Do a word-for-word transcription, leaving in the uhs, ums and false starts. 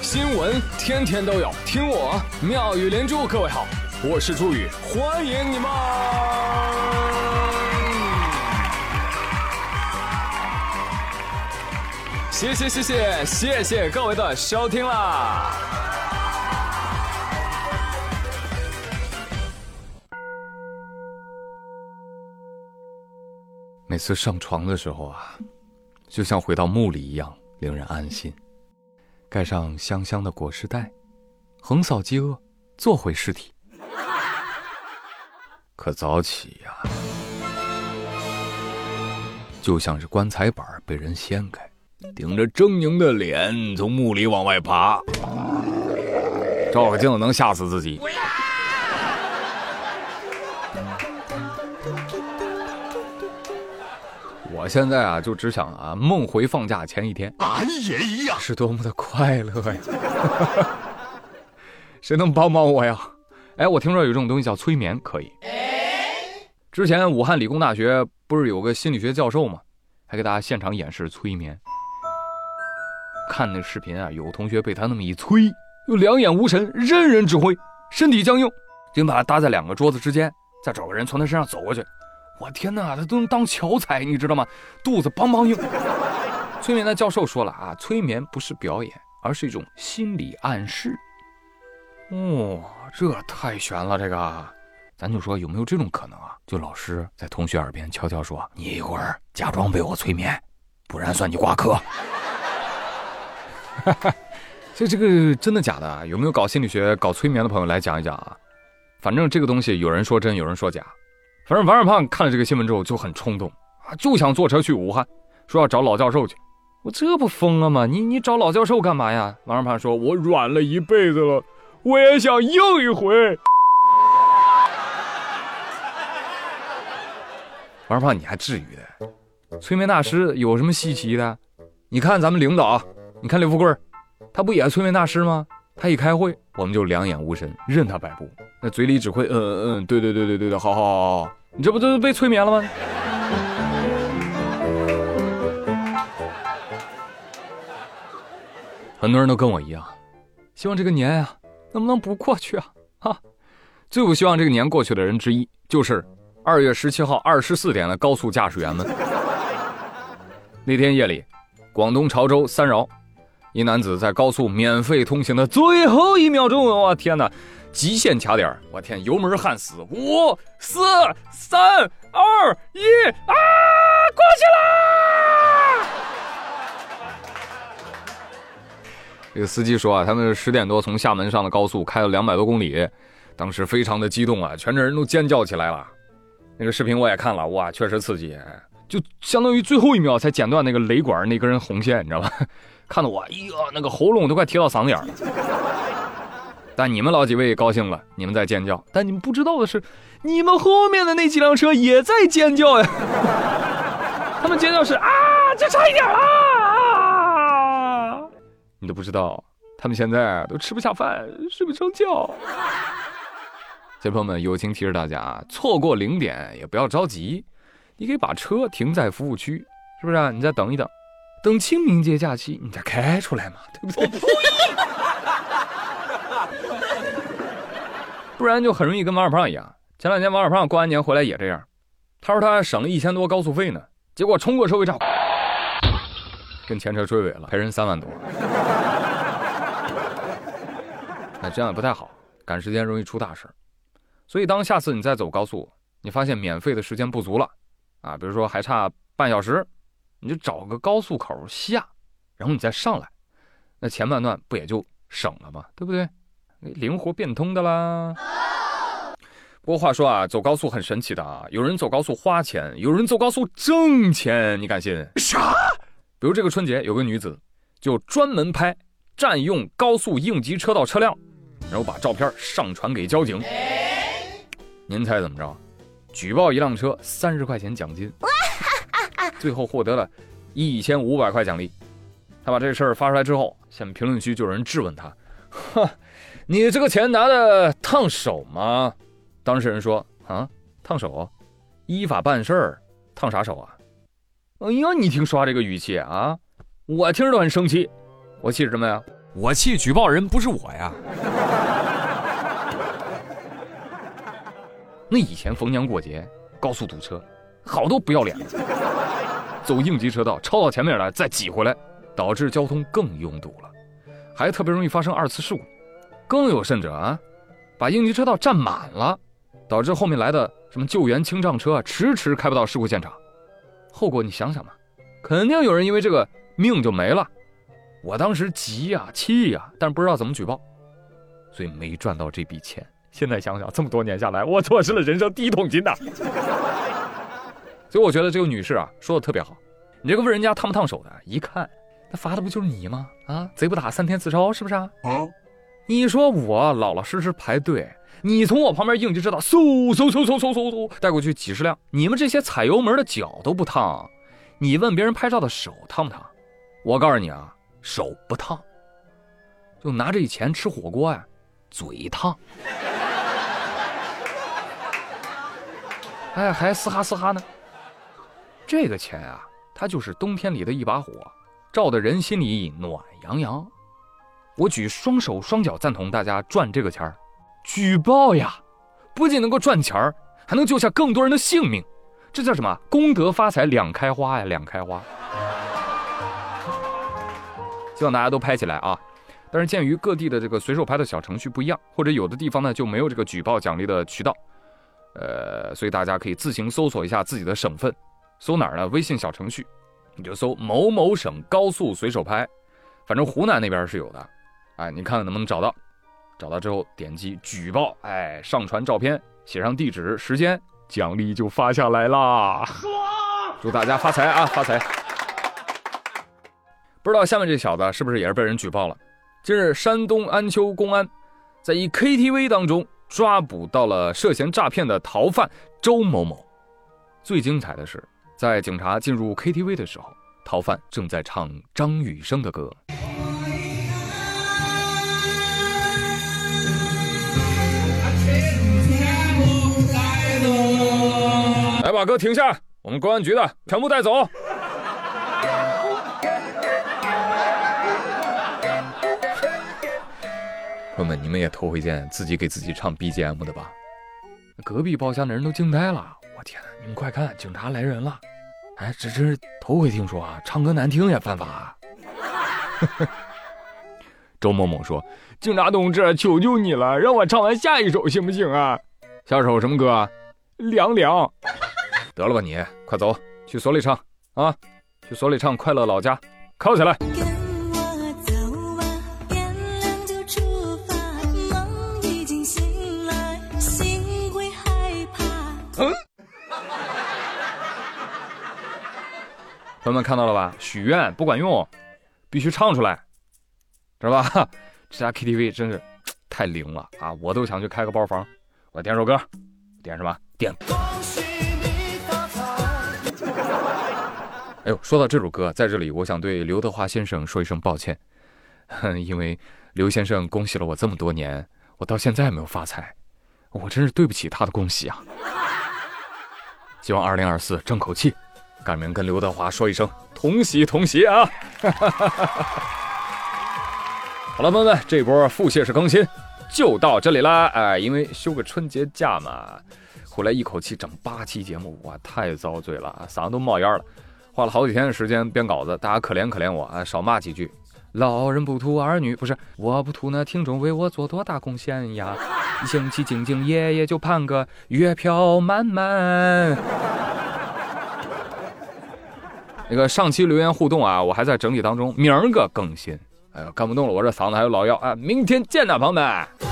新闻天天都有，听我妙语连珠。各位好，我是朱宇，欢迎你们。谢谢谢谢谢谢各位的收听啦！每次上床的时候啊，就像回到墓里一样，令人安心。盖上香香的裹尸袋，横扫饥饿，做回尸体。可早起呀、啊，就像是棺材板被人掀开，顶着狰狞的脸从墓里往外爬，照个镜子能吓死自己。我现在啊，就只想啊，梦回放假前一天， 俺也一样， 是多么的快乐呀！谁能帮帮我呀？哎，我听说有一种东西叫催眠，可以。之前武汉理工大学不是有个心理学教授吗？还给大家现场演示催眠。看那视频啊，有同学被他那么一催，又两眼无神，任人指挥，身体僵硬，竟把他搭在两个桌子之间，再找个人从他身上走过去。我天哪，他都能当桥踩，你知道吗？肚子梆梆硬。催眠的教授说了啊，催眠不是表演，而是一种心理暗示。哦，这太悬了，这个，咱就说有没有这种可能啊？就老师在同学耳边悄悄说：“你一会儿假装被我催眠，不然算你挂科。”所以这个真的假的？有没有搞心理学、搞催眠的朋友来讲一讲啊？反正这个东西有人说真，有人说假。反正王二胖看了这个新闻之后就很冲动啊，就想坐车去武汉，说要找老教授去。我这不疯了吗？你你找老教授干嘛呀？王二胖说：“我软了一辈子了，我也想硬一回。”王二胖，你还至于的？催眠大师有什么稀奇的？你看咱们领导，你看刘富贵，他不也是催眠大师吗？他一开会，我们就两眼无神，任他摆布，那嘴里只会嗯嗯嗯，对对对对对对，好好好好，你这不就是被催眠了吗？很多人都跟我一样，希望这个年啊，能不能不过去啊？哈，最不希望这个年过去的人之一，就是二月十七号二十四点的高速驾驶员们。那天夜里，广东潮州三饶。一男子在高速免费通行的最后一秒钟，我天哪，极限卡点，我天，油门焊死，五四三二一啊，过去啦！这个司机说啊，他们十点多从厦门上的高速开了两百多公里，当时非常的激动啊，全车人都尖叫起来了。那个视频我也看了，哇，确实刺激，就相当于最后一秒才剪断那个雷管那根红线，你知道吧？看得我哎呀，那个喉咙都快贴到嗓子眼了。但你们老几位高兴了，你们在尖叫，但你们不知道的是，你们后面的那几辆车也在尖叫呀。他们尖叫是啊，就差一点啊！你都不知道，他们现在都吃不下饭，睡不成觉。小朋友们，友情提示大家，错过零点也不要着急，你可以把车停在服务区，是不是啊？你再等一等。等清明节假期你再开出来嘛，对不对？不然就很容易跟王二胖一样。前两天王二胖过完年回来也这样，他说他省了一千多高速费呢，结果冲过收费站，跟前车追尾了，赔人三万多。那这样也不太好，赶时间容易出大事。所以当下次你再走高速，你发现免费的时间不足了啊，比如说还差半小时。你就找个高速口下，然后你再上来，那前半段不也就省了吗？对不对？灵活变通的啦。不过话说啊，走高速很神奇的啊，有人走高速花钱，有人走高速挣钱，你敢信？ 啥？ 比如这个春节有个女子就专门拍占用高速应急车道车辆，然后把照片上传给交警。您猜怎么着？举报一辆车三十块钱奖金。最后获得了一千五百块奖励。他把这事儿发出来之后，下面评论区就有人质问他：“哈，你这个钱拿的烫手吗？”当事人说：“啊，烫手？依法办事儿，烫啥手啊？”哎呀，你听说话这个语气啊，我听着都很生气。我气什么呀？ 我气举报人不是我呀。那以前逢年过节高速堵车，好多不要脸的，走应急车道超到前面来再挤回来，导致交通更拥堵了，还特别容易发生二次事故。更有甚者啊，把应急车道占满了，导致后面来的什么救援清障车迟迟开不到事故现场，后果你想想吧，肯定有人因为这个命就没了。我当时急呀、啊、气呀、啊，但是不知道怎么举报，所以没赚到这笔钱。现在想想，这么多年下来，我错失了人生第一桶金呐。所以我觉得这个女士啊说的特别好，你这个问人家烫不烫手的，一看那罚的不就是你吗？啊，贼不打三天自抄，是不是啊？啊，你说我老老实实排队，你从我旁边应急车道嗖嗖嗖嗖嗖嗖嗖带过去几十辆，你们这些踩油门的脚都不烫，你问别人拍照的手烫不烫？我告诉你啊，手不烫，就拿这钱吃火锅呀、啊，嘴烫。哎，还嘶哈嘶哈呢。这个钱啊，它就是冬天里的一把火，照得人心里暖洋洋。我举双手双脚赞同大家赚这个钱儿，举报呀，不仅能够赚钱儿，还能救下更多人的性命，这叫什么？功德发财两开花呀，两开花。希望大家都拍起来啊！但是鉴于各地的这个随手拍的小程序不一样，或者有的地方呢就没有这个举报奖励的渠道，呃，所以大家可以自行搜索一下自己的省份，搜哪儿呢？微信小程序，你就搜某某省高速随手拍，反正湖南那边是有的，哎，你看看能不能找到？找到之后点击举报，哎，上传照片，写上地址、时间，奖励就发下来啦！祝大家发财啊，发财！不知道下面这小子是不是也是被人举报了？近日，山东安丘公安在一 K T V 当中抓捕到了涉嫌诈骗的逃犯周某某。最精彩的是，在警察进入 K T V 的时候，逃犯正在唱张雨生的歌。来把歌停下，我们公安局的全部带走。朋友们，你们也头回见自己给自己唱 B G M 的吧？隔壁包厢的人都惊呆了，我天哪！你们快看，警察来人了！哎，这真是头回听说啊，唱歌难听也犯法啊。周某某说：“警察同志，求求你了，让我唱完下一首行不行啊？”下首什么歌啊？凉凉。得了吧你，快走，去所里唱啊！去所里唱《快乐老家》，铐起来。嗯，朋友们看到了吧？许愿不管用，必须唱出来，知道吧？这家 K T V 真是太灵了啊！我都想去开个包房。我点首歌，点什么？点。哎呦，说到这首歌，在这里我想对刘德华先生说一声抱歉，因为刘先生恭喜了我这么多年，我到现在没有发财，我真是对不起他的恭喜啊！希望二零二四争口气，赶明跟刘德华说一声同喜同喜啊！好了，朋友们，这波腹泻式更新就到这里啦！哎，因为休个春节假嘛，回来一口气整八期节目，哇，太遭罪了，嗓子都冒烟了。花了好几天的时间编稿子，大家可怜可怜我啊，少骂几句。老人不图儿女，不是我不图那听众为我做多大贡献呀，一星期兢兢业业就盼个月票满满。那个上期留言互动啊，我还在整理当中，明儿个更新。哎呦，干不动了，我这嗓子还有老药啊，明天见呐，朋友们。